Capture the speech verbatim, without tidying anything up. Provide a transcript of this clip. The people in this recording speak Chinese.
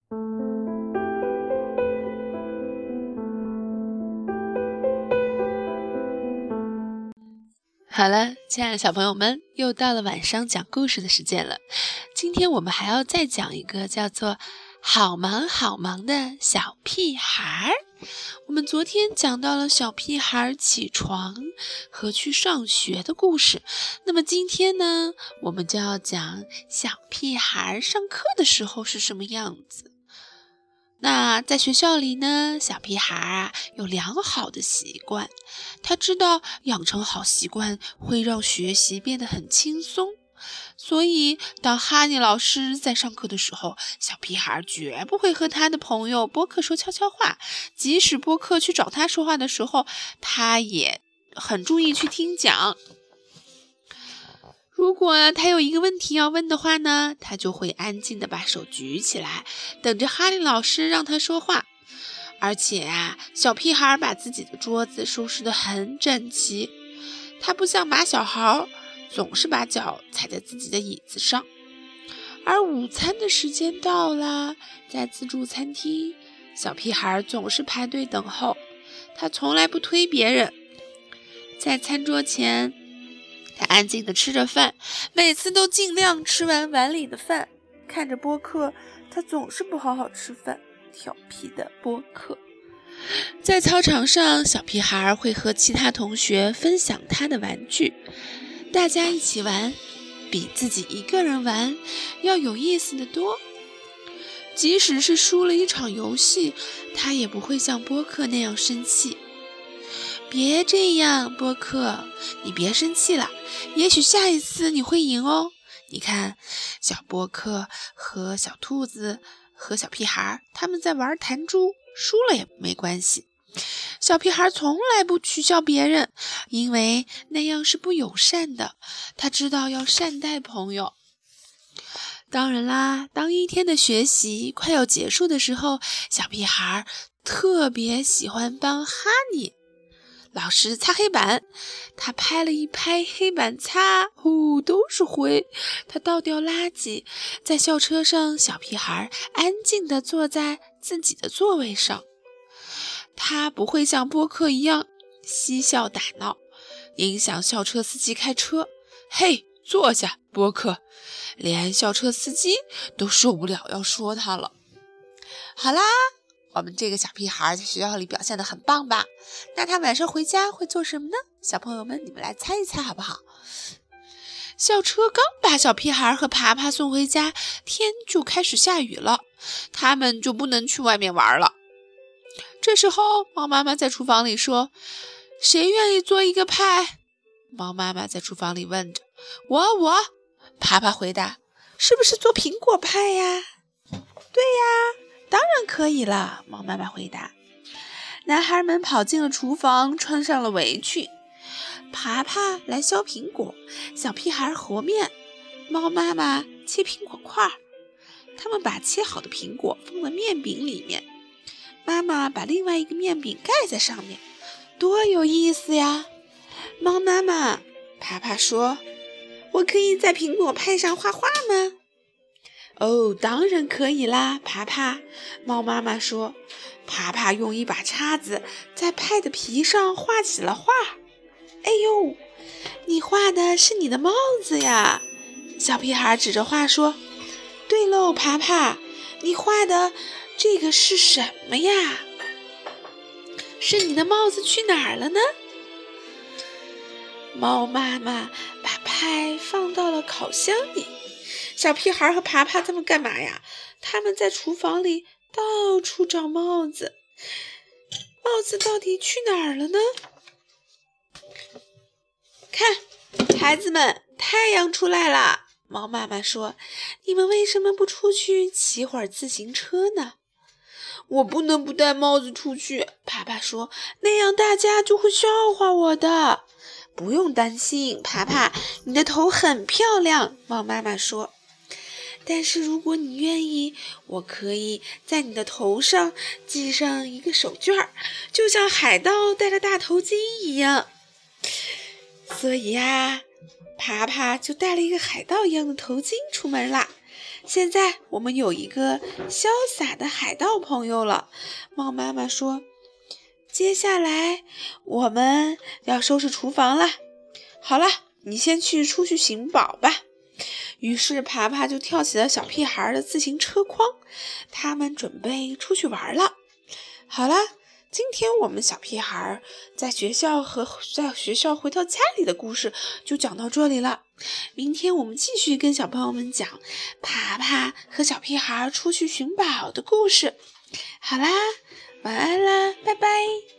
好了，亲爱的小朋友们，又到了晚上讲故事的时间了。今天我们还要再讲一个叫做好忙好忙的小屁孩。我们昨天讲到了小屁孩起床和去上学的故事，那么今天呢，我们就要讲小屁孩上课的时候是什么样子。那在学校里呢，小屁孩啊有良好的习惯，他知道养成好习惯会让学习变得很轻松，所以当哈尼老师在上课的时候，小屁孩绝不会和他的朋友波克说悄悄话，即使波克去找他说话的时候，他也很注意去听讲。如果他有一个问题要问的话呢，他就会安静地把手举起来，等着哈利老师让他说话。而且啊，小屁孩把自己的桌子收拾得很整齐，他不像马小孩，总是把脚踩在自己的椅子上。而午餐的时间到了，在自助餐厅，小屁孩总是排队等候，他从来不推别人。在餐桌前，他安静地吃着饭，每次都尽量吃完碗里的饭。看着波克，他总是不好好吃饭，调皮的波克。在操场上，小屁孩会和其他同学分享他的玩具，大家一起玩，比自己一个人玩要有意思得多。即使是输了一场游戏，他也不会像波克那样生气。别这样，波克，你别生气了，也许下一次你会赢哦。你看，小波克和小兔子和小屁孩他们在玩弹珠，输了也没关系。小屁孩从来不取笑别人，因为那样是不友善的，他知道要善待朋友。当然啦，当一天的学习快要结束的时候，小屁孩特别喜欢帮哈尼老师擦黑板，他拍了一拍黑板擦，呼，都是灰。他倒掉垃圾，在校车上，小屁孩安静地坐在自己的座位上。他不会像波克一样嬉笑打闹，影响校车司机开车。嘿，坐下，波克！连校车司机都受不了要说他了。好啦，我们这个小屁孩在学校里表现得很棒吧？那他晚上回家会做什么呢？小朋友们，你们来猜一猜好不好？校车刚把小屁孩和爬爬送回家，天就开始下雨了，他们就不能去外面玩了。这时候，猫妈妈在厨房里说：“谁愿意做一个派？”猫妈妈在厨房里问着。我我，爬爬回答：“是不是做苹果派呀？”“对呀。”“当然可以了。”猫妈妈回答。男孩们跑进了厨房，穿上了围裙。爬爬来削苹果，小屁孩和面，猫妈妈切苹果块。他们把切好的苹果放在面饼里面，妈妈把另外一个面饼盖在上面，多有意思呀！猫妈妈，爬爬说：“我可以在苹果派上画画吗？”“哦，当然可以啦，爬爬。”猫妈妈说。爬爬用一把叉子在派的皮上画起了画。“哎呦，你画的是你的帽子呀！”小屁孩指着画说。“对喽，爬爬，你画的这个是什么呀？是你的帽子去哪儿了呢？”猫妈妈把派放到了烤箱里。小屁孩和爬爬他们干嘛呀？他们在厨房里到处找帽子。帽子到底去哪儿了呢？看，孩子们，太阳出来了。猫妈妈说：“你们为什么不出去骑会儿自行车呢？”“我不能不戴帽子出去。”爬爬说，“那样大家就会笑话我的。”“不用担心，爬爬，你的头很漂亮。”猫妈妈说。“但是如果你愿意，我可以在你的头上系上一个手绢，就像海盗戴了大头巾一样。”所以啊，爬爬就戴了一个海盗一样的头巾出门啦。 现在我们有一个潇洒的海盗朋友了。猫妈妈说，接下来我们要收拾厨房了。好了，你先去出去寻宝吧。于是爬爬就跳起了小屁孩的自行车筐，他们准备出去玩了。好了，今天我们小屁孩在学校和在学校回到家里的故事就讲到这里了。明天我们继续跟小朋友们讲爬爬和小屁孩出去寻宝的故事。好啦，晚安啦，拜拜。